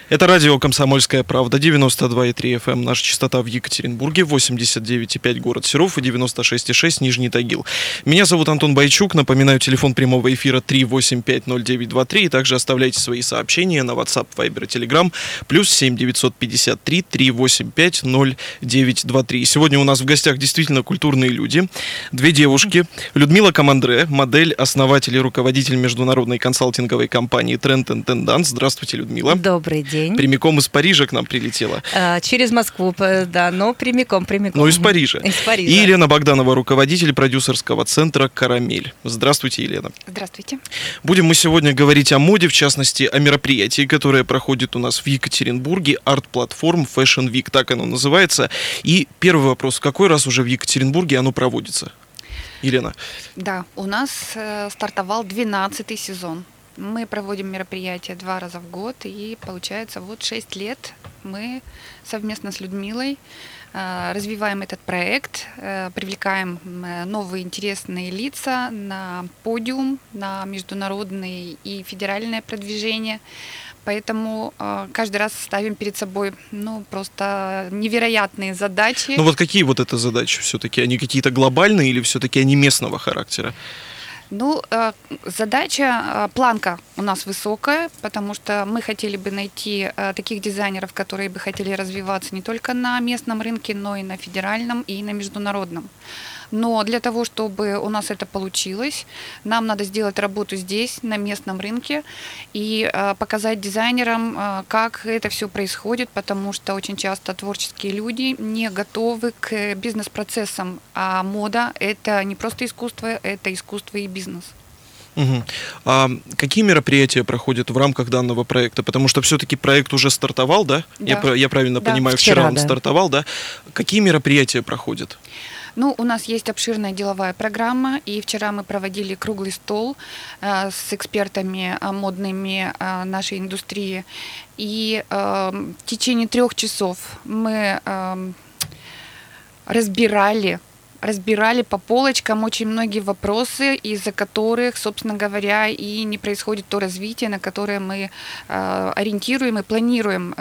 Это радио «Комсомольская правда», 92,3 FM, наша частота в Екатеринбурге, 89,5 город Серов и 96,6 Нижний Тагил. Меня зовут Антон Бойчук, напоминаю, телефон прямого эфира 3850923, и также оставляйте свои сообщения на WhatsApp, Viber и Telegram, плюс 7 953 385 0923. Сегодня у нас в гостях действительно культурные люди, две девушки, Людмила Командре, модель, основатель и руководитель международной консалтинговой компании Trend Tendenz. Здравствуйте, Людмила. Добрый день. Прямиком из Парижа к нам прилетела. Через Москву, да, но прямиком. Ну, из Парижа. Из Парижа. И Елена Богданова, руководитель продюсерского центра «Карамель». Здравствуйте, Елена. Здравствуйте. Будем мы сегодня говорить о моде, в частности, о мероприятии, которое проходит у нас в Екатеринбурге, арт-платформ Fashion Week, так оно называется. И первый вопрос, какой раз уже в Екатеринбурге оно проводится? Елена. Да, у нас стартовал 12-й сезон. Мы проводим мероприятия 2 раза в год, и получается вот 6 лет мы совместно с Людмилой развиваем этот проект, привлекаем новые интересные лица на подиум, на международные и федеральное продвижение. Поэтому каждый раз ставим перед собой просто невероятные задачи. Ну вот какие вот это задачи все-таки? Они какие-то глобальные или все-таки они местного характера? Задача, планка у нас высокая, потому что мы хотели бы найти таких дизайнеров, которые бы хотели развиваться не только на местном рынке, но и на федеральном, и на международном. Но для того, чтобы у нас это получилось, нам надо сделать работу здесь, на местном рынке, и показать дизайнерам, как это все происходит, потому что очень часто творческие люди не готовы к бизнес-процессам, а мода – это не просто искусство, это искусство и бизнес. Угу. А какие мероприятия проходят в рамках данного проекта? Потому что все-таки проект уже стартовал, да? Да. Я правильно понимаю, вчера он стартовал, да? Какие мероприятия проходят? У нас есть обширная деловая программа, и вчера мы проводили круглый стол с экспертами модными нашей индустрии. И в течение 3 часов мы разбирали по полочкам очень многие вопросы, из-за которых, собственно говоря, и не происходит то развитие, на которое мы ориентируем и планируем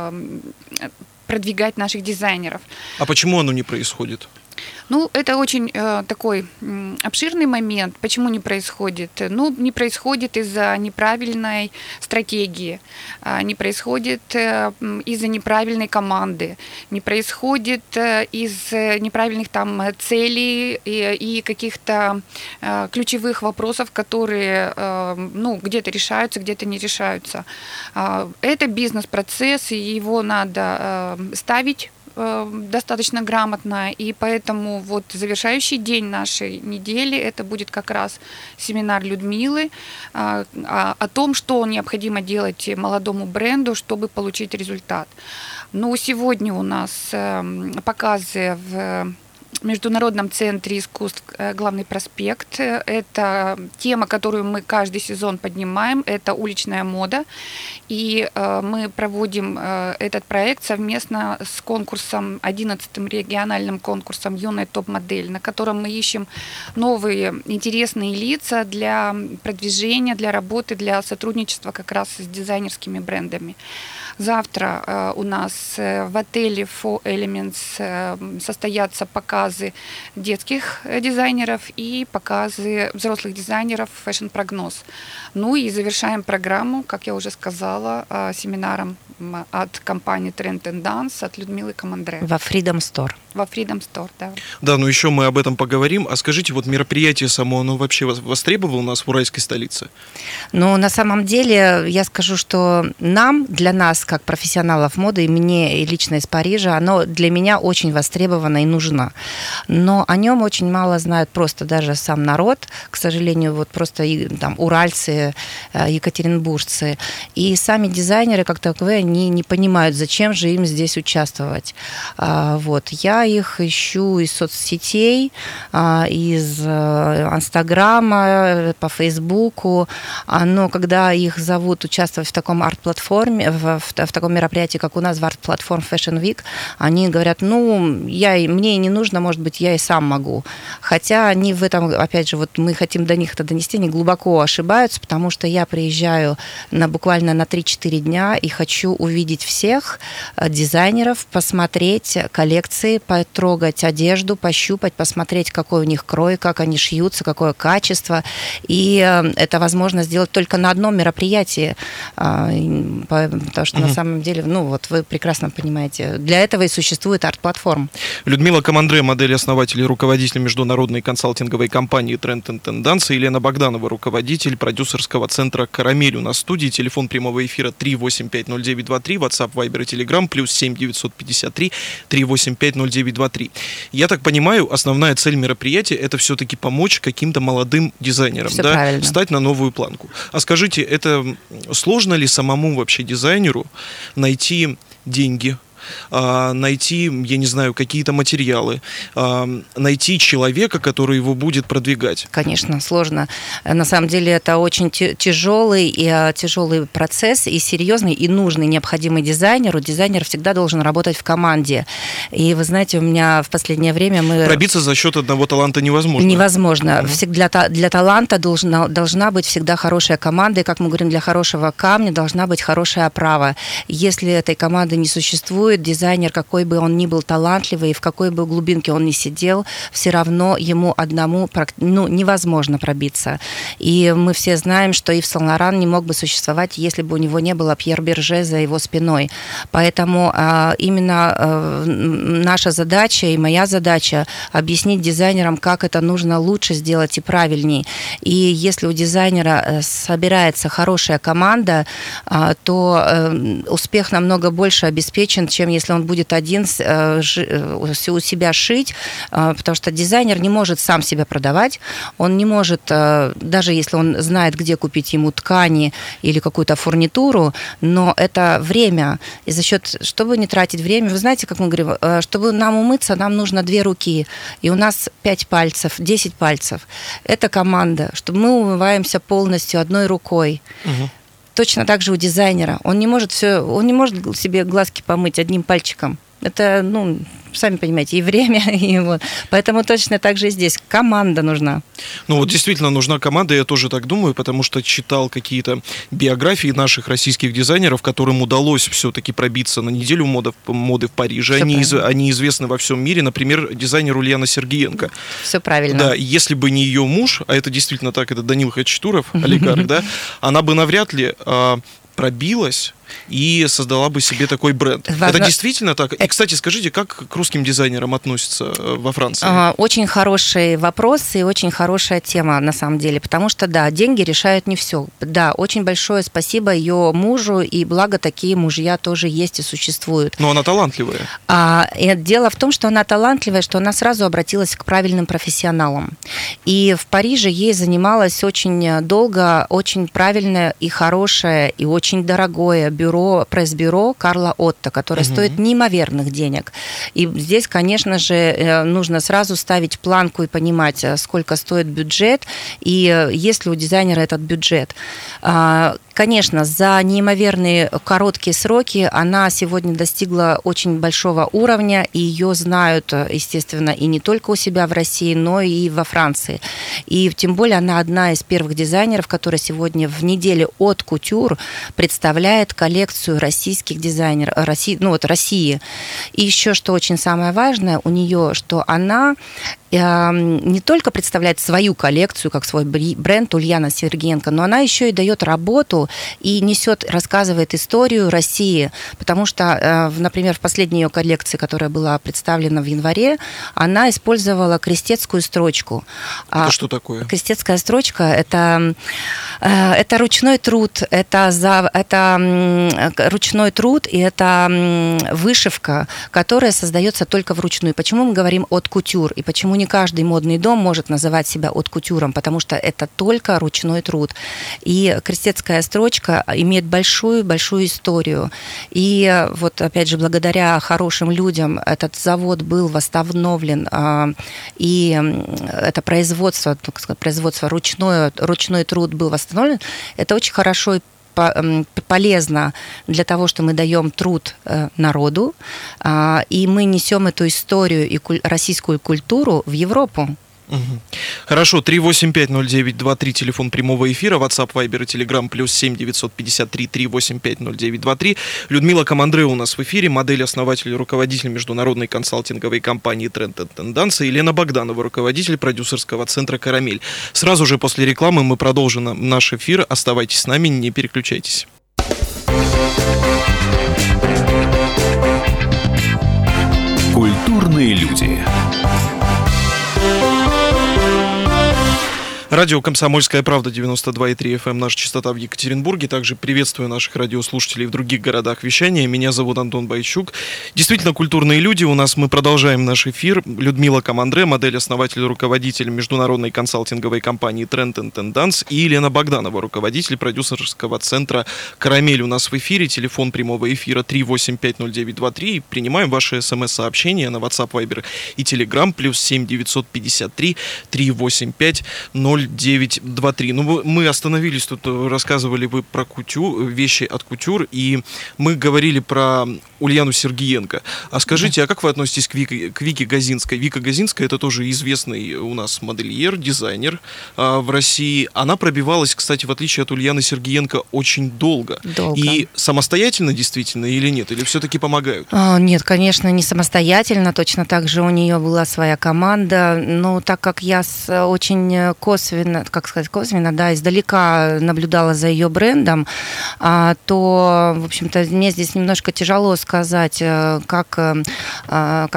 продвигать наших дизайнеров. А почему оно не происходит? Это очень такой обширный момент. Почему не происходит? Не происходит из-за неправильной стратегии, не происходит из-за неправильной команды, не происходит из неправильных целей и каких-то ключевых вопросов, которые где-то решаются, где-то не решаются. Это бизнес-процесс, и его надо ставить достаточно грамотно, и поэтому завершающий день нашей недели это будет как раз семинар Людмилы о том, что необходимо делать молодому бренду, чтобы получить результат. Сегодня у нас показы в Международном центре искусств «Главный проспект». Это тема, которую мы каждый сезон поднимаем, это уличная мода. И мы проводим этот проект совместно с конкурсом, 11-м региональным конкурсом «Юная топ-модель», на котором мы ищем новые интересные лица для продвижения, для работы, для сотрудничества как раз с дизайнерскими брендами. Завтра у нас в отеле Four Elements состоятся показы детских дизайнеров и показы взрослых дизайнеров «Фэшн-прогноз». И завершаем программу, как я уже сказала, семинаром от компании Trend Tendenz, от Людмилы Командре. Во Freedom Store. Во Freedom Store, да. Да, еще мы об этом поговорим. А скажите, мероприятие само, оно вообще востребовано у нас в уральской столице? На самом деле, я скажу, что для нас, как профессионалов моды, и мне, и лично из Парижа, оно для меня очень востребовано и нужно. Но о нем очень мало знают просто даже сам народ, к сожалению, просто уральцы, екатеринбуржцы. И сами дизайнеры, как таковые, они не понимают, зачем же им здесь участвовать. Я их ищу из соцсетей, из Инстаграма, по Фейсбуку, но когда их зовут участвовать в таком арт-платформе, в таком мероприятии, как у нас в арт-платформ Fashion Week, они говорят, мне не нужно может быть, я и сам могу. Хотя они в этом, опять же, вот мы хотим до них это донести, они глубоко ошибаются, потому что я приезжаю буквально на 3-4 дня и хочу увидеть всех дизайнеров, посмотреть коллекции, потрогать одежду, пощупать, посмотреть, какой у них крой, как они шьются, какое качество. И это возможно сделать только на одном мероприятии, потому что на самом деле, вот вы прекрасно понимаете, для этого и существует арт-платформа. Людмила Командре, модель, основатель и руководитель международной консалтинговой компании Trend & Tendance, Елена Богданова, руководитель продюсерского центра «Карамель» у нас в студии. Телефон прямого эфира 3850923, WhatsApp, Viber и Telegram, +7 953 385 0923. Я так понимаю, основная цель мероприятия — это все-таки помочь каким-то молодым дизайнерам, да, встать на новую планку. А скажите, это сложно ли самому вообще дизайнеру найти деньги, найти, я не знаю, какие-то материалы, найти человека, который его будет продвигать? Конечно, сложно. На самом деле это очень тяжелый процесс, и серьезный, и нужный, необходимый дизайнеру. Дизайнер всегда должен работать в команде. И вы знаете, у меня в последнее время Пробиться за счет одного таланта невозможно. Невозможно. Для таланта должна быть всегда хорошая команда, и, как мы говорим, для хорошего камня должна быть хорошая оправа. Если этой команды не существует, дизайнер, какой бы он ни был талантливый, и в какой бы глубинке он ни сидел, все равно ему одному невозможно пробиться. И мы все знаем, что Ив Сен-Лоран не мог бы существовать, если бы у него не было Пьер Берже за его спиной. Поэтому именно наша задача и моя задача объяснить дизайнерам, как это нужно лучше сделать и правильней. И если у дизайнера собирается хорошая команда, то успех намного больше обеспечен, чем если он будет один у себя шить, потому что дизайнер не может сам себя продавать, он не может, даже если он знает, где купить ему ткани или какую-то фурнитуру, но это время, и за счет, чтобы не тратить время, вы знаете, как мы говорим, чтобы нам умыться, нам нужно 2 руки, и у нас 5 пальцев, 10 пальцев. Это команда, чтобы мы умываемся полностью одной рукой. Угу. Точно так же у дизайнера. Он не может себе глазки помыть одним пальчиком. Это, сами понимаете, и время, и вот. Поэтому точно так же и здесь. Команда нужна. Вот действительно нужна команда, я тоже так думаю, потому что читал какие-то биографии наших российских дизайнеров, которым удалось все-таки пробиться на неделю моды в Париже. Они известны во всем мире. Например, дизайнер Ульяна Сергиенко. Все правильно. Да, если бы не ее муж, а это действительно так, это Данил Хачатуров, олигарх, да, она бы навряд ли пробилась и создала бы себе такой бренд. Это действительно так? И, кстати, скажите, как к русским дизайнерам относятся во Франции? Очень хороший вопрос и очень хорошая тема, на самом деле, потому что, да, деньги решают не все. Да, очень большое спасибо ее мужу, и благо такие мужья тоже есть и существуют. Но она талантливая. И дело в том, что она талантливая, что она сразу обратилась к правильным профессионалам. И в Париже ей занималось очень долго, очень правильное и хорошее, и очень дорогое пресс-бюро Карла Отто, которое стоит неимоверных денег. И здесь, конечно же, нужно сразу ставить планку и понимать, сколько стоит бюджет, и есть ли у дизайнера этот бюджет. Конечно, за неимоверные короткие сроки она сегодня достигла очень большого уровня, и ее знают, естественно, и не только у себя в России, но и во Франции. И тем более она одна из первых дизайнеров, которая сегодня в неделе от Кутюр представляет коллекцию российских дизайнеров, России. И еще, что очень самое важное у нее, что она не только представляет свою коллекцию, как свой бренд Ульяна Сергиенко, но она еще и дает работу и рассказывает историю России, потому что, например, в последней ее коллекции, которая была представлена в январе, она использовала крестецкую строчку. Это что такое? Крестецкая строчка – это ручной труд, это ручной труд, и это вышивка, которая создается только вручную. Почему мы говорим от кутюр, и почему не каждый модный дом может называть себя от кутюром, потому что это только ручной труд. И крестецкая строчка имеет большую-большую историю. И вот, опять же, благодаря хорошим людям этот завод был восстановлен, и это производство ручной труд был восстановлен. Это очень хорошо полезно для того, что мы даем труд народу, и мы несем эту историю и российскую культуру в Европу. Хорошо, 3850923, телефон прямого эфира, WhatsApp, Viber и Telegram, +7 953 385 0923. Людмила Командре у нас в эфире, модель, основатель и руководитель международной консалтинговой компании Trend & Tendency, Елена Богданова, руководитель продюсерского центра «Карамель». Сразу же после рекламы мы продолжим наш эфир. Оставайтесь с нами, не переключайтесь. Культурные люди. Радио «Комсомольская правда», 92,3 FM, наша частота в Екатеринбурге. Также приветствую наших радиослушателей в других городах вещания. Меня зовут Антон Бойчук. Действительно, культурные люди. У нас мы продолжаем наш эфир. Людмила Командре, модель, основатель и руководитель международной консалтинговой компании Trend & Tendency, и Елена Богданова, руководитель продюсерского центра «Карамель» у нас в эфире. Телефон прямого эфира 3850923. Принимаем ваши смс-сообщения на WhatsApp, Viber и Telegram, +7 953 385 0923. Ну, мы остановились тут, рассказывали вы про вещи от кутюр, и мы говорили про Ульяну Сергиенко. А скажите, а как вы относитесь к Вике Газинской? Вика Газинская — это тоже известный у нас модельер, дизайнер в России. Она пробивалась, кстати, в отличие от Ульяны Сергиенко, очень долго. И самостоятельно действительно или нет? Или все-таки помогают? Нет, конечно, не самостоятельно. Точно так же у нее была своя команда. Но так как я очень косвенно, издалека наблюдала за ее брендом, то, в общем-то, мне здесь немножко тяжело сказать, как она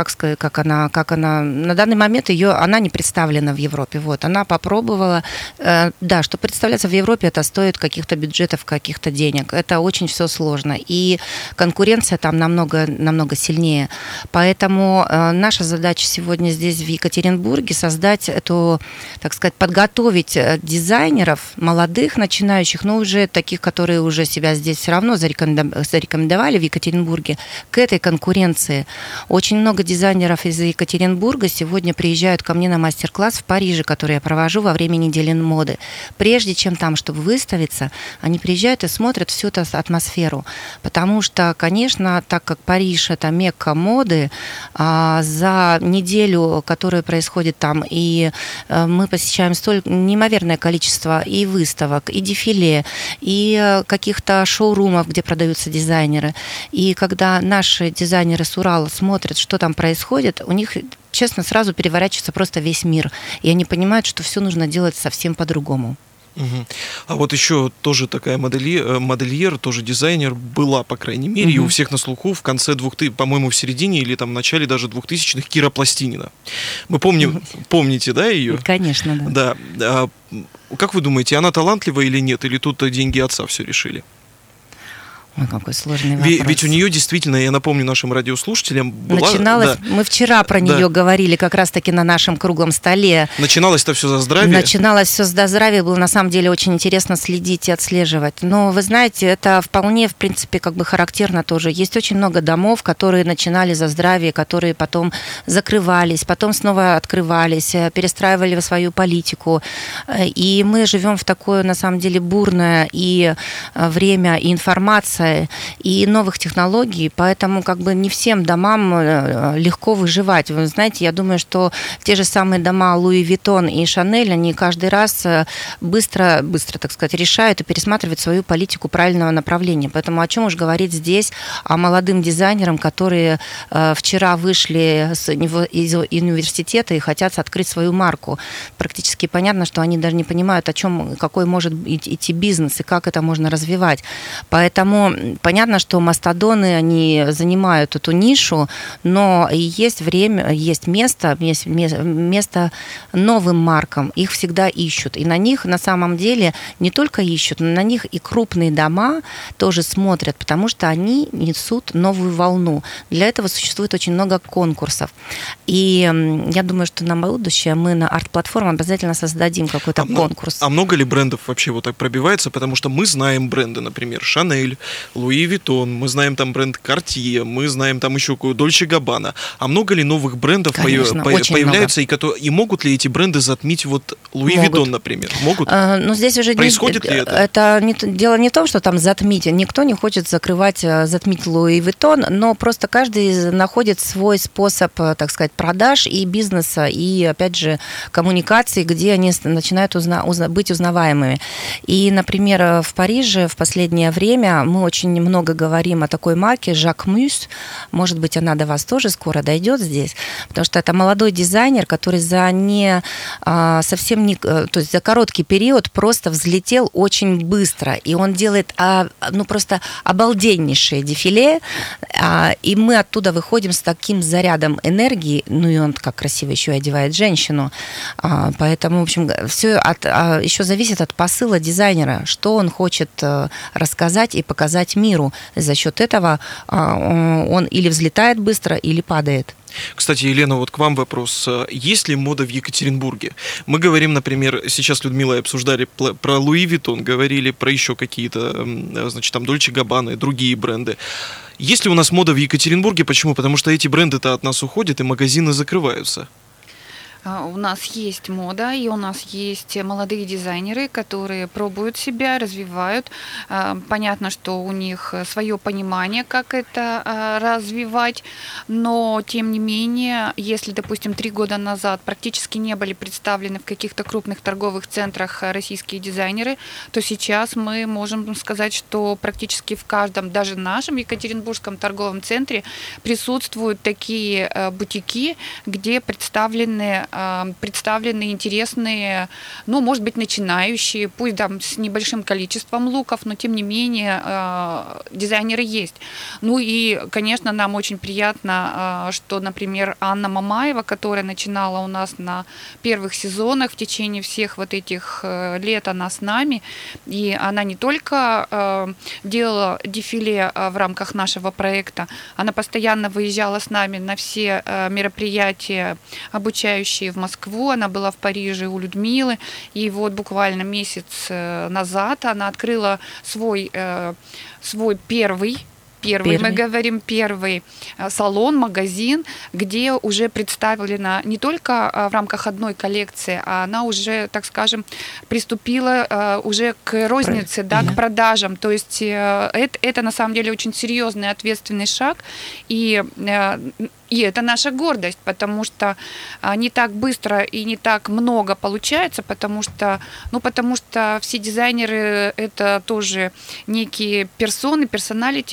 на данный момент она не представлена в Европе. Вот, она попробовала, да, чтобы представляться в Европе, это стоит каких-то бюджетов, каких-то денег. Это очень все сложно, и конкуренция там намного сильнее. Поэтому наша задача сегодня здесь в Екатеринбурге создать эту, так сказать, подготовить дизайнеров, молодых, начинающих, но уже таких, которые уже себя здесь все равно зарекомендовали в Екатеринбурге, к этой конкуренции. Очень много дизайнеров из Екатеринбурга сегодня приезжают ко мне на мастер-класс в Париже, который я провожу во время недели моды. Прежде чем там, чтобы выставиться, они приезжают и смотрят всю эту атмосферу. Потому что, конечно, так как Париж — это мекка моды, за неделю, которая происходит там, и мы посещаем столь неимоверное количество и выставок, и дефиле, и каких-то шоурумов, где продаются дизайнеры. И когда наши дизайнеры с Урала смотрят, что там происходит, у них, честно, сразу переворачивается просто весь мир. И они понимают, что все нужно делать совсем по-другому. А вот еще тоже такая модельер, тоже дизайнер была, по крайней мере, и у всех на слуху в конце по-моему, в середине или там в начале даже 2000-х Кира Пластинина. Мы помните, да, ее? Конечно, да. Да. Как вы думаете, она талантлива или нет? Или тут деньги отца все решили? Ой, какой сложный вопрос. Ведь у нее действительно, я напомню нашим радиослушателям, начиналось, да, мы вчера про нее говорили как раз-таки на нашем круглом столе. Начиналось-то все за здравие? Начиналось все за здравие, было на самом деле очень интересно следить и отслеживать. Но вы знаете, это вполне, в принципе, как бы характерно тоже. Есть очень много домов, которые начинали за здравие, которые потом закрывались, потом снова открывались, перестраивали свою политику. И мы живем в такое, на самом деле, бурное и время, и информация, и новых технологий, поэтому как бы не всем домам легко выживать. Вы знаете, я думаю, что те же самые дома Луи Виттон и Шанель, они каждый раз быстро, так сказать, решают и пересматривают свою политику правильного направления. Поэтому о чем уж говорить здесь о молодым дизайнерам, которые вчера вышли из университета и хотят открыть свою марку. Практически понятно, что они даже не понимают, какой может идти бизнес и как это можно развивать. Поэтому понятно, что мастодоны, они занимают эту нишу, но есть время, есть место новым маркам. Их всегда ищут. И на них на самом деле не только ищут, но на них и крупные дома тоже смотрят, потому что они несут новую волну. Для этого существует очень много конкурсов. И я думаю, что на будущее мы на арт-платформе обязательно создадим какой-то конкурс. А много ли брендов вообще вот так пробивается? Потому что мы знаем бренды, например, Шанель, Луи Виттон, мы знаем там бренд Cartier, мы знаем там еще Дольче Габбана. А много ли новых брендов появляются, и могут ли эти бренды затмить вот Луи Виттон, например? Могут? Но здесь уже происходит ли это? Дело не в том, что там затмить. Никто не хочет затмить Луи Виттон, но просто каждый находит свой способ, так сказать, продаж и бизнеса, и, опять же, коммуникации, где они начинают быть узнаваемыми. И, например, в Париже в последнее время мы очень много говорим о такой марке Жак Мюс. Может быть, она до вас тоже скоро дойдет здесь, потому что это молодой дизайнер, который за короткий период просто взлетел очень быстро. И он делает просто обалденнейшее дефиле, и мы оттуда выходим с таким зарядом энергии, и он как красиво еще и одевает женщину. Поэтому, в общем, все еще зависит от посыла дизайнера, что он хочет рассказать и показать миру. За счет этого он или взлетает быстро, или падает. Кстати, Елена, вот к вам вопрос. Есть ли мода в Екатеринбурге? Мы говорим, например, сейчас с Людмилой обсуждали про Луи Виттон, говорили про еще какие-то, значит, там Дольче Габбана и другие бренды. Есть ли у нас мода в Екатеринбурге? Почему? Потому что эти бренды-то от нас уходят, и магазины закрываются. У нас есть мода, и у нас есть молодые дизайнеры, которые пробуют себя, развивают. Понятно, что у них свое понимание, как это развивать, но, тем не менее, если, допустим, 3 года назад практически не были представлены в каких-то крупных торговых центрах российские дизайнеры, то сейчас мы можем сказать, что практически в каждом, даже нашем Екатеринбургском торговом центре присутствуют такие бутики, где представлены интересные, может быть, начинающие, пусть там с небольшим количеством луков, но тем не менее дизайнеры есть. И, конечно, нам очень приятно, что, например, Анна Мамаева, которая начинала у нас на первых сезонах, в течение всех вот этих лет она с нами, и она не только делала дефиле в рамках нашего проекта, она постоянно выезжала с нами на все мероприятия, обучающие в Москву, она была в Париже у Людмилы, и вот буквально месяц назад она открыла свой первый, мы говорим, первый салон, магазин, где уже представлена не только в рамках одной коллекции, а она уже, так скажем, приступила уже к рознице, к продажам. То есть это на самом деле очень серьезный, ответственный шаг, и это наша гордость, потому что не так быстро и не так много получается, потому что все дизайнеры это тоже некие персоналити,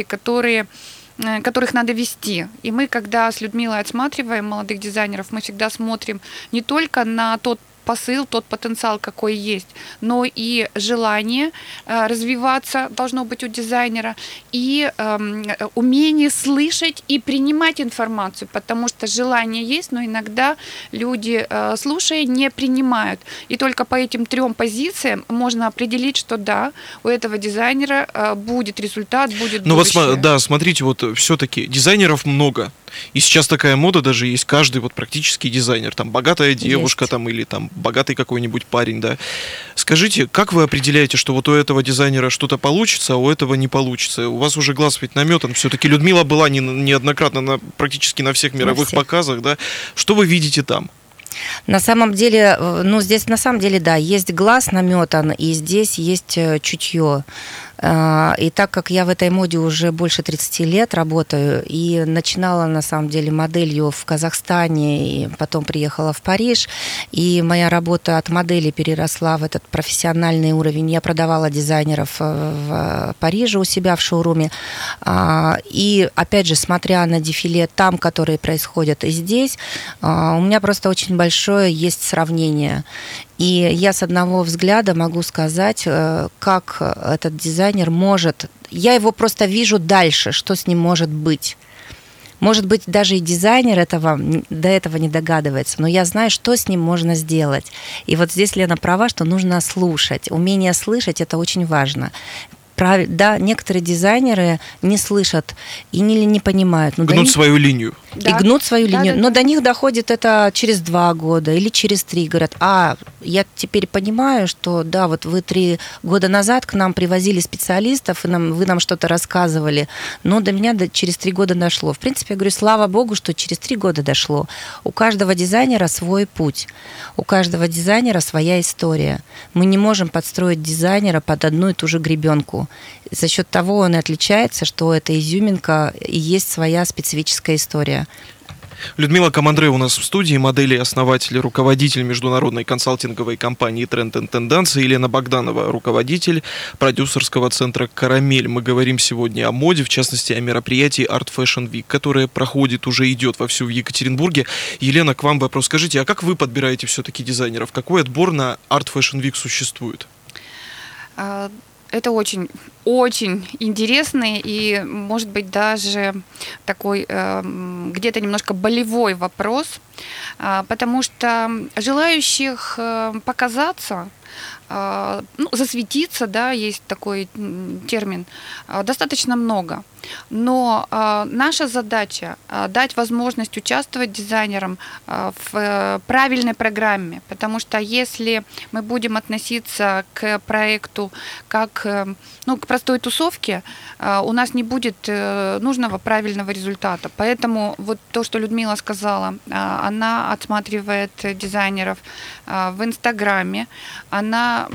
которых надо вести. И мы, когда с Людмилой отсматриваем молодых дизайнеров, мы всегда смотрим не только на тот посыл, тот потенциал, какой есть, но и желание развиваться должно быть у дизайнера, и умение слышать и принимать информацию, потому что желание есть, но иногда люди, слушая, не принимают. И только по этим 3 позициям можно определить, что да, у этого дизайнера будет результат, будет будущее. Вот, смотрите, вот все-таки дизайнеров много. И сейчас такая мода даже есть, каждый вот практически дизайнер, там богатая девушка там, или там богатый какой-нибудь парень, да. Скажите, как вы определяете, что вот у этого дизайнера что-то получится, а у этого не получится? У вас уже глаз ведь наметан, все-таки Людмила была неоднократно практически на всех мировых показах, да. Что вы видите там? На самом деле, здесь на самом деле, да, есть глаз наметан, и здесь есть чутье. И так как я в этой моде уже больше 30 лет работаю, и начинала, на самом деле, моделью в Казахстане, и потом приехала в Париж, и моя работа от модели переросла в этот профессиональный уровень. Я продавала дизайнеров в Париже у себя в шоуруме. И, опять же, смотря на дефиле там, которые происходят и здесь, у меня просто очень большое есть сравнение. И я с одного взгляда могу сказать, как этот дизайнер может... Я его просто вижу дальше, что с ним может быть. Может быть, даже и дизайнер до этого не догадывается, но я знаю, что с ним можно сделать. И вот здесь Лена права, что нужно слушать. Умение слышать – это очень важно. Да, некоторые дизайнеры не слышат и не понимают. Гнут свою линию. И гнут свою линию. Но до них доходит это через 2 года или через 3. Говорят, я теперь понимаю, что да, вот вы 3 года назад к нам привозили специалистов, и вы нам что-то рассказывали, но до меня через 3 года дошло. В принципе, я говорю, слава богу, что через 3 года дошло. У каждого дизайнера свой путь, у каждого дизайнера своя история. Мы не можем подстроить дизайнера под одну и ту же гребенку. За счет того он и отличается, что это изюминка и есть своя специфическая история. Людмила Командре у нас в студии, модель и основатель, руководитель международной консалтинговой компании Trend & Tendency, Елена Богданова, руководитель продюсерского центра «Карамель». Мы говорим сегодня о моде, в частности, о мероприятии Art Fashion Week, которое проходит, уже идет вовсю в Екатеринбурге. Елена, к вам вопрос. Скажите, а как вы подбираете все-таки дизайнеров? Какой отбор на Art Fashion Week существует? Это очень интересный и, может быть, даже такой где-то немножко болевой вопрос, потому что желающих показаться, засветиться, да, есть такой термин, достаточно много. Но наша задача дать возможность участвовать дизайнерам в правильной программе, потому что если мы будем относиться к проекту как к простой тусовке, у нас не будет нужного правильного результата. Поэтому вот то, что Людмила сказала, она отсматривает дизайнеров в Инстаграме, она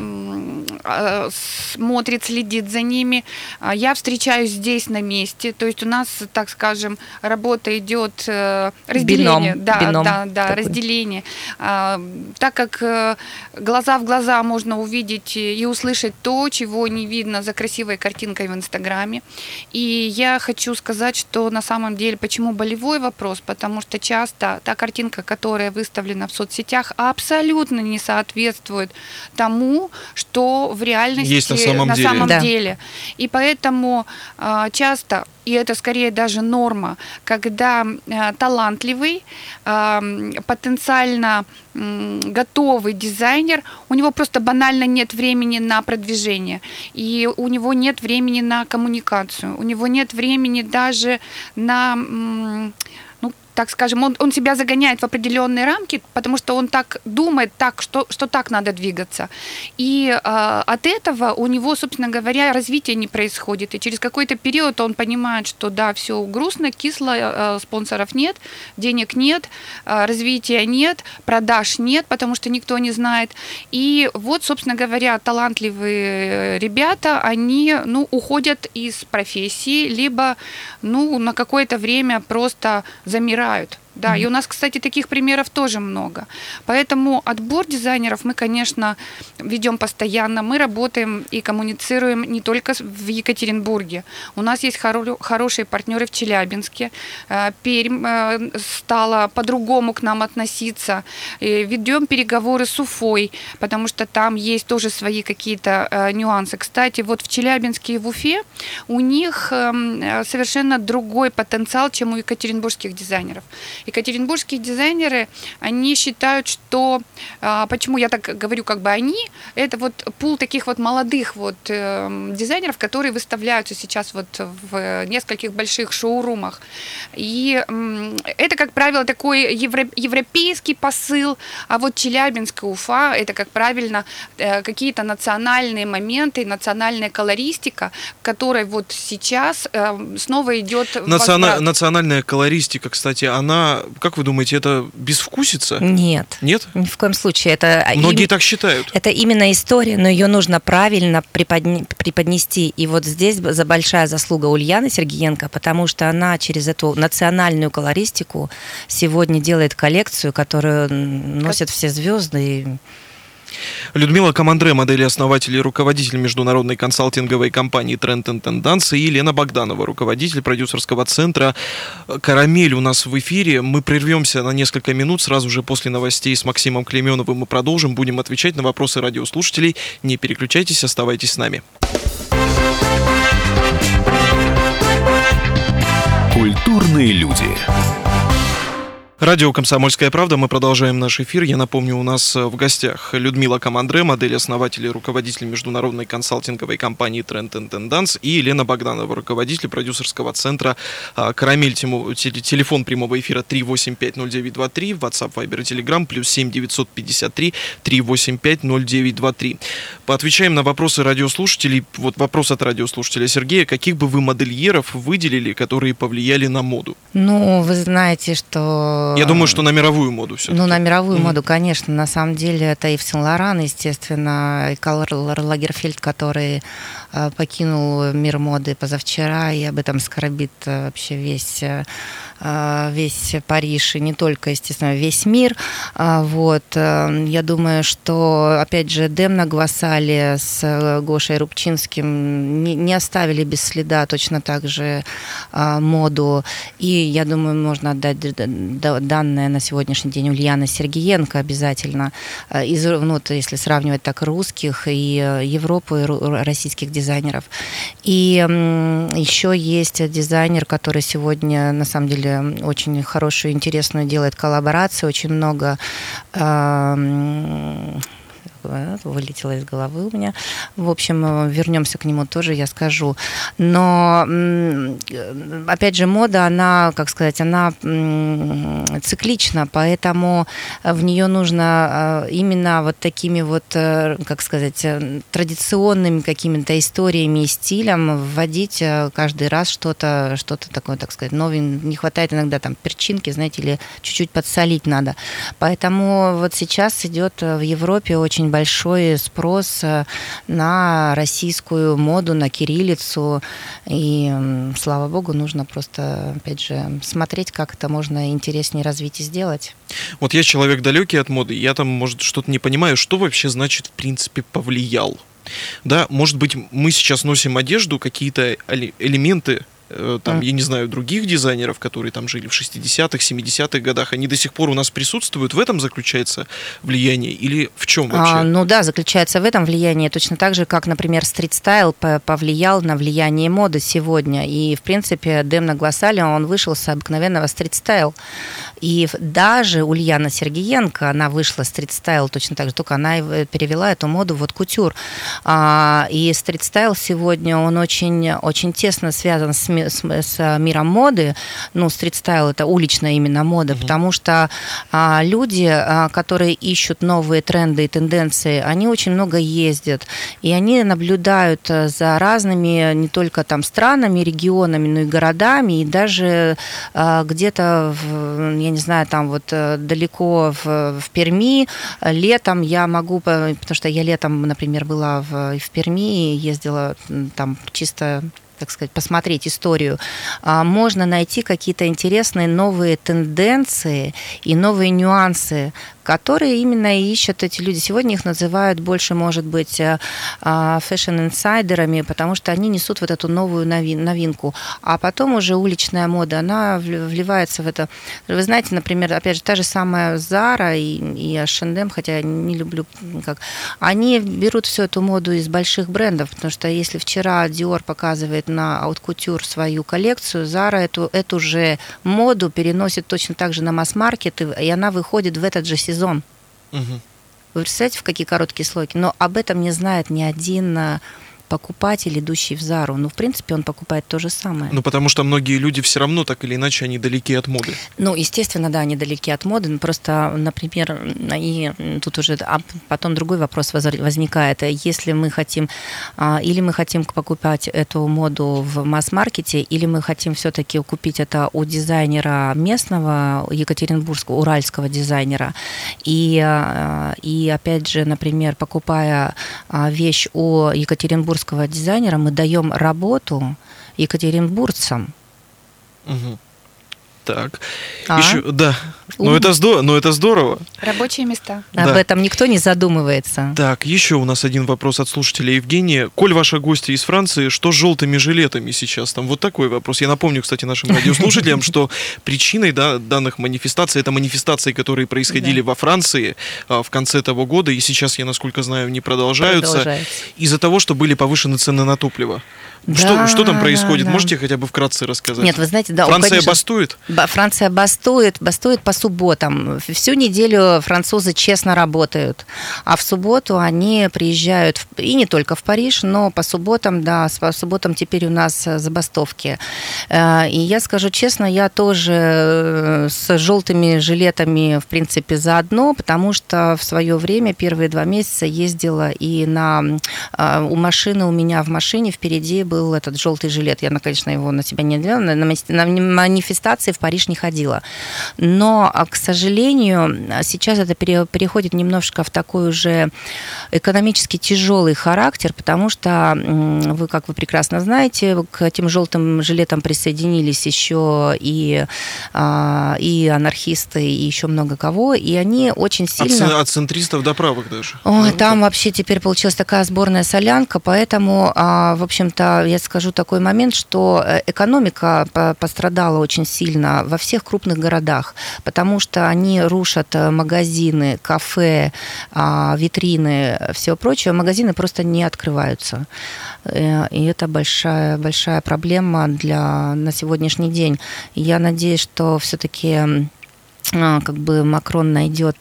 смотрит, следит за ними. Я встречаюсь здесь на месте, то есть у нас, так скажем, работа идет разделение, бином разделение. Так как глаза в глаза можно увидеть и услышать то, чего не видно за красивой картинкой в Инстаграме. И я хочу сказать, что на самом деле, почему болевой вопрос, потому что часто та картинка, которая выставлена в соцсетях, абсолютно не соответствует тому, что в реальности есть на самом деле. И поэтому часто, и это скорее даже норма, когда талантливый, потенциально готовый дизайнер, у него просто банально нет времени на продвижение, и у него нет времени на коммуникацию, у него нет времени даже на... так скажем, он себя загоняет в определенные рамки, потому что он так думает, что так надо двигаться. И от этого у него, собственно говоря, развитие не происходит. И через какой-то период он понимает, что да, все грустно, кисло, спонсоров нет, денег нет, развития нет, продаж нет, потому что никто не знает. И вот, собственно говоря, талантливые ребята, они уходят из профессии, либо на какое-то время просто замирают. Да, и у нас, кстати, таких примеров тоже много. Поэтому отбор дизайнеров мы, конечно, ведем постоянно. Мы работаем и коммуницируем не только в Екатеринбурге. У нас есть хорошие партнеры в Челябинске. Пермь стала по-другому к нам относиться. Ведем переговоры с Уфой, потому что там есть тоже свои какие-то нюансы. Кстати, вот в Челябинске и в Уфе у них совершенно другой потенциал, чем у екатеринбургских дизайнеров. Екатеринбургские дизайнеры, они считают, что, почему я так говорю, как бы они, это вот пул таких вот молодых вот дизайнеров, которые выставляются сейчас вот в нескольких больших шоурумах. И это, как правило, такой европейский посыл, а вот Челябинск и Уфа, это, как правильно, какие-то национальные моменты, национальная колористика, которой вот сейчас снова идет возврат. Национальная колористика, кстати, она, как вы думаете, это безвкусица? Нет. Нет? Ни в коем случае. Многие так считают. Это именно история, но ее нужно правильно преподнести. И вот здесь большая заслуга Ульяны Сергеенко, потому что она через эту национальную колористику сегодня делает коллекцию, которую носят все звезды. Людмила Командре, модель и основатель и руководитель международной консалтинговой компании Trend & Tendency, и Елена Богданова, руководитель продюсерского центра «Карамель» у нас в эфире. Мы прервемся на несколько минут. Сразу же после новостей с Максимом Клейменовым мы продолжим. Будем отвечать на вопросы радиослушателей. Не переключайтесь, оставайтесь с нами. Культурные люди. Радио «Комсомольская правда». Мы продолжаем наш эфир. Я напомню, у нас в гостях Людмила Командре, модель, основатель и руководитель международной консалтинговой компании Trend & Tendance, и Елена Богданова, руководитель продюсерского центра «Карамель». Телефон прямого эфира 3850923, WhatsApp, Viber и Telegram, +7 953 385 0923. Поотвечаем на вопросы радиослушателей. Вот вопрос от радиослушателя Сергея. Каких бы вы модельеров выделили, которые повлияли на моду? Ну, вы знаете, что... Я думаю, что на мировую моду все-таки. Ну, на мировую моду, конечно. На самом деле, это Ив Сен-Лоран, естественно, и Карл Лагерфельд, который покинул мир моды позавчера, и об этом скорбит вообще весь Париж, и не только, естественно, весь мир. Вот. Я думаю, что, опять же, Демна Гвасали с Гошей Рубчинским не оставили без следа точно так же моду. И, я думаю, можно отдать данные на сегодняшний день Ульяна Сергеенко обязательно. Если сравнивать так русских и Европу, и российских дизайнеров. И еще есть дизайнер, который сегодня, на самом деле, очень хорошую, интересную делает коллаборацию, очень много вылетело из головы у меня. В общем, вернемся к нему тоже, я скажу. Но, опять же, мода, она, как сказать, она циклична, поэтому в нее нужно именно вот такими вот, как сказать, традиционными какими-то историями и стилем вводить каждый раз что-то такое, так сказать, новенькое. Не хватает иногда там перчинки, знаете, или чуть-чуть подсолить надо. Поэтому вот сейчас идет в Европе очень большой спрос на российскую моду, на кириллицу. И, слава богу, нужно просто, опять же, смотреть, как это можно интереснее развить и сделать. Вот я человек далекий от моды, я там, может, что-то не понимаю, что вообще значит, в принципе, повлиял. Да, может быть, мы сейчас носим одежду, какие-то элементы, там, я не знаю, других дизайнеров, которые там жили в 60-х, 70-х годах, они до сих пор у нас присутствуют? В этом заключается влияние? Или в чем вообще? Ну да, заключается в этом влияние. Точно так же, как, например, стрит-стайл повлиял на влияние моды сегодня. И, в принципе, Демна Гвасали, он вышел с обыкновенного стрит-стайл. И даже Ульяна Сергеенко, она вышла стрит-стайл точно так же, только она перевела эту моду в кутюр. И стрит-стайл сегодня, он очень, очень тесно связан с миром моды. Ну, стрит-стайл – это уличная именно мода, потому что люди, которые ищут новые тренды и тенденции, они очень много ездят, и они наблюдают за разными не только там странами, регионами, но и городами, и даже где-то, я не знаю, там вот далеко в Перми летом я могу, потому что я летом, например, была в Перми и ездила там чисто, так сказать, посмотреть историю, можно найти какие-то интересные новые тенденции и новые нюансы, которые именно ищут эти люди. Сегодня их называют больше, может быть, фэшн-инсайдерами, потому что они несут вот эту новую новинку. А потом уже уличная мода, она вливается в это. Вы знаете, например, опять же, та же самая Zara и H&M, хотя я не люблю как, они берут всю эту моду из больших брендов, потому что если вчера Dior показывает на Haute Couture свою коллекцию, Zara эту же моду переносит точно так же на масс-маркет, и она выходит в этот же сезон. Вы представляете, в какие короткие сроки? Но об этом не знает ни один покупатель, идущий в Зару. Ну, в принципе, он покупает то же самое. Ну, потому что многие люди все равно, так или иначе, они далеки от моды. Ну, естественно, да, они далеки от моды. Просто, например, и тут уже потом другой вопрос возникает. Если мы хотим, или мы хотим покупать эту моду в масс-маркете, или мы хотим все-таки купить это у дизайнера местного, екатеринбургского, уральского дизайнера. И опять же, например, покупая вещь у екатеринбургского дизайнера, мы даем работу екатеринбургцам. Так. Еще, да. Но это здорово. Рабочие места. Об этом никто не задумывается. Так, еще у нас один вопрос от слушателя Евгения. Коль ваша гостья из Франции, что с желтыми жилетами сейчас? Там вот такой вопрос. Я напомню, кстати, нашим радиослушателям, что причиной данных манифестаций, это манифестации, которые происходили во Франции в конце того года, и сейчас, я насколько знаю, не продолжаются. Из-за того, что были повышены цены на топливо. Что там происходит? Можете хотя бы вкратце рассказать? Нет, вы знаете, да. Франция бастует? Франция бастует по субботам. Всю неделю французы честно работают, а в субботу они приезжают, и не только в Париж, но по субботам, да, по субботам теперь у нас забастовки. И я скажу честно, я тоже с желтыми жилетами, в принципе, заодно, потому что в свое время, первые 2 месяца, ездила и у машины, у меня в машине впереди был этот желтый жилет. Я, конечно, его на себя не надела, на манифестации в Париж не ходила. Но, к сожалению, сейчас это переходит немножко в такой уже экономически тяжелый характер, потому что вы, как вы прекрасно знаете, к этим желтым жилетам присоединились еще и анархисты, и еще много кого, и они очень сильно... От центристов до правых даже. Ой, там вообще теперь получилась такая сборная солянка, поэтому, в общем-то, я скажу такой момент, что экономика пострадала очень сильно во всех крупных городах, потому что они рушат магазины, кафе, витрины, все прочее. Магазины просто не открываются. И это большая проблема на сегодняшний день. Я надеюсь, что все-таки как бы Макрон найдет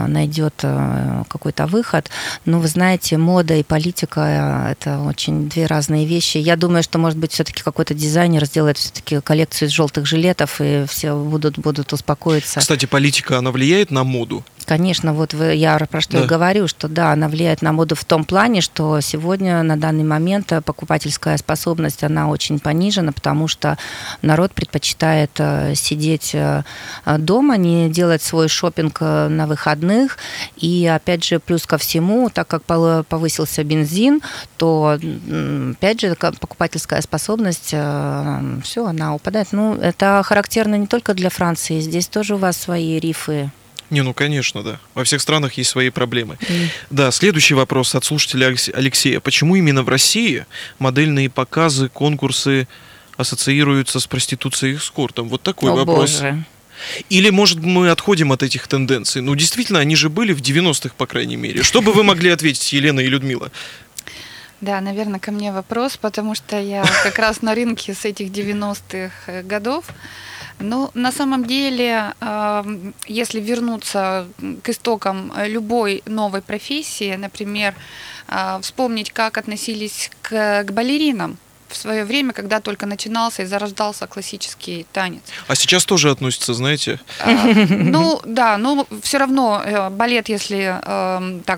какой-то выход. Но вы знаете, мода и политика – это очень 2 разные вещи. Я думаю, что, может быть, все-таки какой-то дизайнер сделает все-таки коллекцию из желтых жилетов, и все будут успокоиться. Кстати, политика, она влияет на моду? Конечно, вот я про что и говорю, что да, она влияет на моду в том плане, что сегодня на данный момент покупательская способность, она очень понижена, потому что народ предпочитает сидеть дома, не делать свой шопинг на выходных. И опять же, плюс ко всему, так как повысился бензин, то опять же покупательская способность, все, она упадает. Ну, это характерно не только для Франции, здесь тоже у вас свои рифы. Не, ну конечно, да. Во всех странах есть свои проблемы. Да, следующий вопрос от слушателя Алексея. Почему именно в России модельные показы, конкурсы ассоциируются с проституцией и эскортом? Вот такой вопрос. Боже. Или, может, мы отходим от этих тенденций? Ну, действительно, они же были в 90-х, по крайней мере. Что бы вы могли ответить, Елена и Людмила? Да, наверное, ко мне вопрос, потому что я как раз на рынке с этих 90-х годов. Ну, на самом деле, если вернуться к истокам любой новой профессии, например, вспомнить, как относились к балеринам в свое время, когда только начинался и зарождался классический танец. А сейчас тоже относятся, знаете? Ну, да, но все равно балет, если так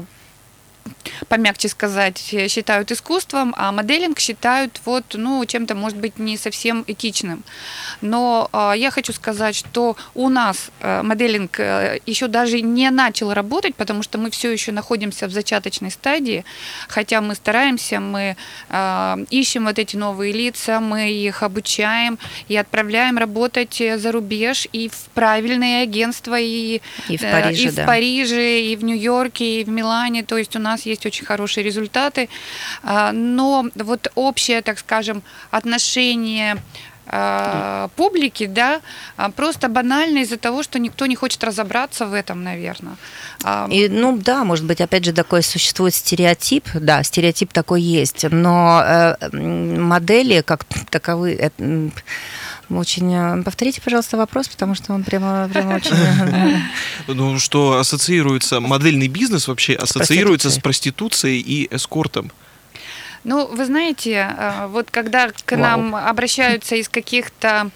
помягче сказать, считают искусством, а моделинг считают чем-то, может быть, не совсем этичным. Но я хочу сказать, что у нас моделинг еще даже не начал работать, потому что мы все еще находимся в зачаточной стадии, хотя мы стараемся, мы ищем вот эти новые лица, мы их обучаем и отправляем работать за рубеж и в правильные агентства, и в Париже, и в Нью-Йорке, и в Милане, то есть у нас есть очень хорошие результаты, но вот общее, так скажем, отношение публики, да, просто банально из-за того, что никто не хочет разобраться в этом, наверное. И, ну да, может быть, опять же, такой существует стереотип, да, стереотип такой есть, но модели как таковые... Очень... Повторите, пожалуйста, вопрос, потому что он прямо очень... Ну, что ассоциируется, модельный бизнес вообще ассоциируется с проституцией и эскортом. Ну, вы знаете, вот когда к нам обращаются из каких-то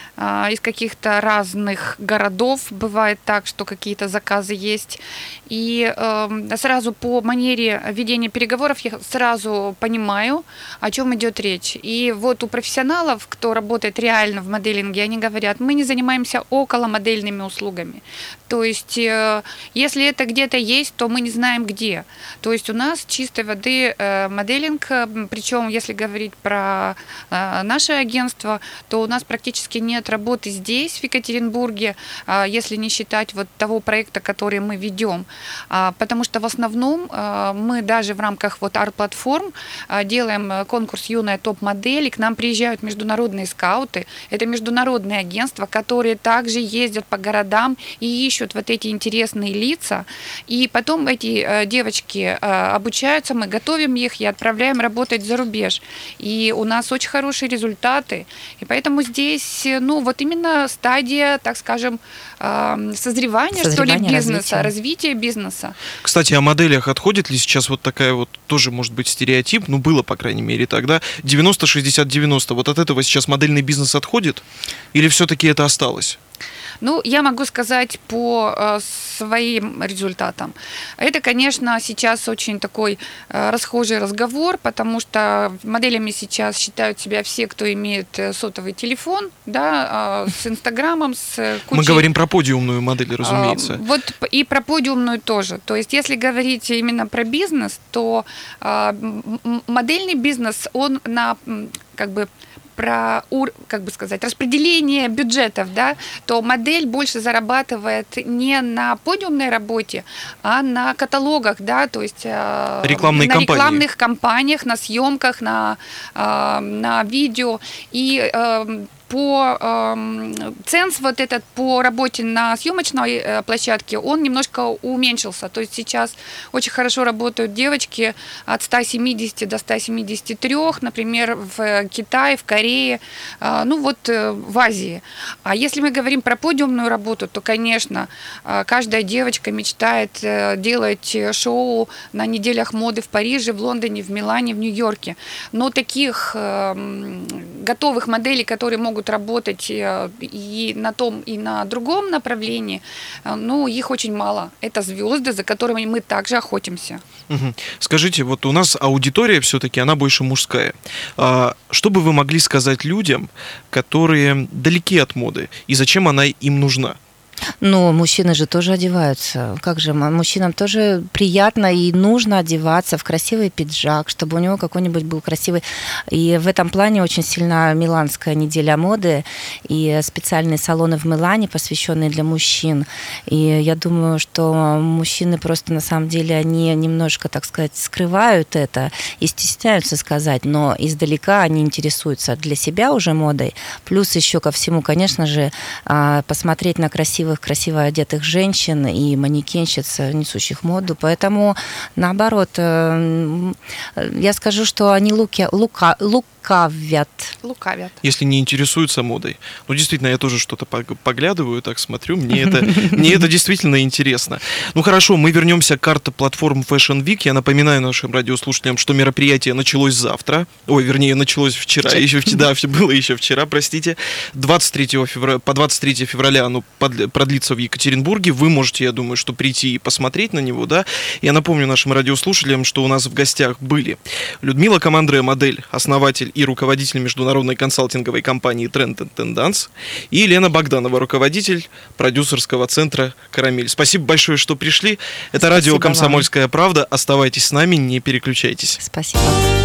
разных городов, бывает так, что какие-то заказы есть, и сразу по манере ведения переговоров я сразу понимаю, о чем идет речь. И вот у профессионалов, кто работает реально в моделинге, они говорят, мы не занимаемся околомодельными услугами. То есть, если это где-то есть, то мы не знаем где. То есть у нас чистой воды моделинг, причем, если говорить про наше агентство, то у нас практически нет работы здесь, в Екатеринбурге, если не считать вот того проекта, который мы ведем. Потому что в основном мы даже в рамках вот арт-платформ делаем конкурс «Юная топ-модель», и к нам приезжают международные скауты. Это международные агентства, которые также ездят по городам и ищут вот эти интересные лица. И потом эти девочки обучаются, мы готовим их и отправляем работать за рубеж. И у нас очень хорошие результаты. И поэтому здесь, вот именно стадия, так скажем, созревания что ли, бизнеса, развития бизнеса. Кстати, о моделях отходит ли сейчас вот такая вот, тоже может быть стереотип, было, по крайней мере, тогда, 90-60-90, вот от этого сейчас модельный бизнес отходит? Или все-таки это осталось? Я могу сказать по своим результатам. Это, конечно, сейчас очень такой расхожий разговор, потому что моделями сейчас считают себя все, кто имеет сотовый телефон, да, с Инстаграмом, с кучей... Мы говорим про подиумную модель, разумеется. Вот и про подиумную тоже. То есть, если говорить именно про бизнес, то модельный бизнес, он на, распределение бюджетов, да, то модель больше зарабатывает не на подиумной работе, а на каталогах, да, то есть на рекламных кампаниях, на съемках, на видео. И ценз вот этот по работе на съемочной площадке, он немножко уменьшился. То есть сейчас очень хорошо работают девочки от 170 до 173, например, в Китае, в Корее, в Азии. А если мы говорим про подиумную работу, то, конечно, каждая девочка мечтает делать шоу на неделях моды в Париже, в Лондоне, в Милане, в Нью-Йорке. Но таких готовых моделей, которые могут работать и на том, и на другом направлении, их очень мало. Это звезды, за которыми мы также охотимся. Угу. Скажите, вот у нас аудитория все-таки, она больше мужская. Что бы вы могли сказать людям, которые далеки от моды, и зачем она им нужна? Мужчины же тоже одеваются. Как же, мужчинам тоже приятно и нужно одеваться в красивый пиджак, чтобы у него какой-нибудь был красивый. И в этом плане очень сильна Миланская неделя моды и специальные салоны в Милане, посвященные для мужчин. И я думаю, что мужчины просто на самом деле, они немножко, так сказать, скрывают это и стесняются сказать, но издалека они интересуются для себя уже модой. Плюс еще ко всему, конечно же, посмотреть на красиво одетых женщин и манекенщиц, несущих моду. Поэтому, наоборот, я скажу, что они лукавят. Если не интересуются модой. Действительно, я тоже что-то поглядываю, так смотрю, мне это действительно интересно. Хорошо, мы вернемся к карте-платформ Fashion Week. Я напоминаю нашим радиослушателям, что мероприятие началось завтра. Началось вчера. Было еще вчера, простите. 23 февраля, по 23 февраля оно продлится в Екатеринбурге. Вы можете, я думаю, что прийти и посмотреть на него, да. Я напомню нашим радиослушателям, что у нас в гостях были Людмила Командре, модель, основатель и руководитель международной консалтинговой компании Trend & Tendance, и Елена Богданова, руководитель продюсерского центра «Карамель». Спасибо большое, что пришли. Это радио «Комсомольская правда». Оставайтесь с нами, не переключайтесь. Спасибо.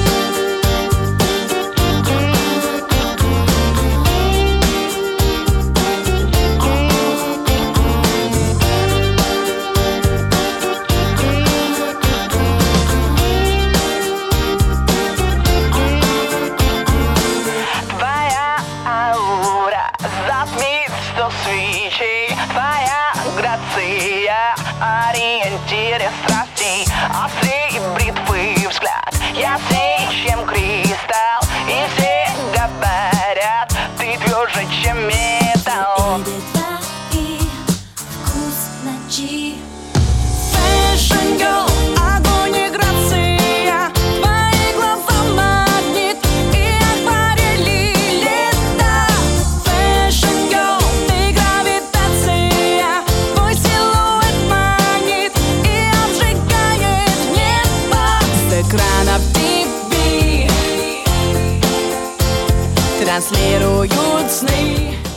Ориентире страстей, острей бритвы взгляд, ясней, чем кристалл. И все говорят, ты тверже, чем металл. И вкус ночи. Fashion girl, огонь и грация, твои глаза магнит и акварели лета. Fashion girl, ты гравитация, твой силуэт манит и обжигает небо. С экранов ТВ транслируют сны.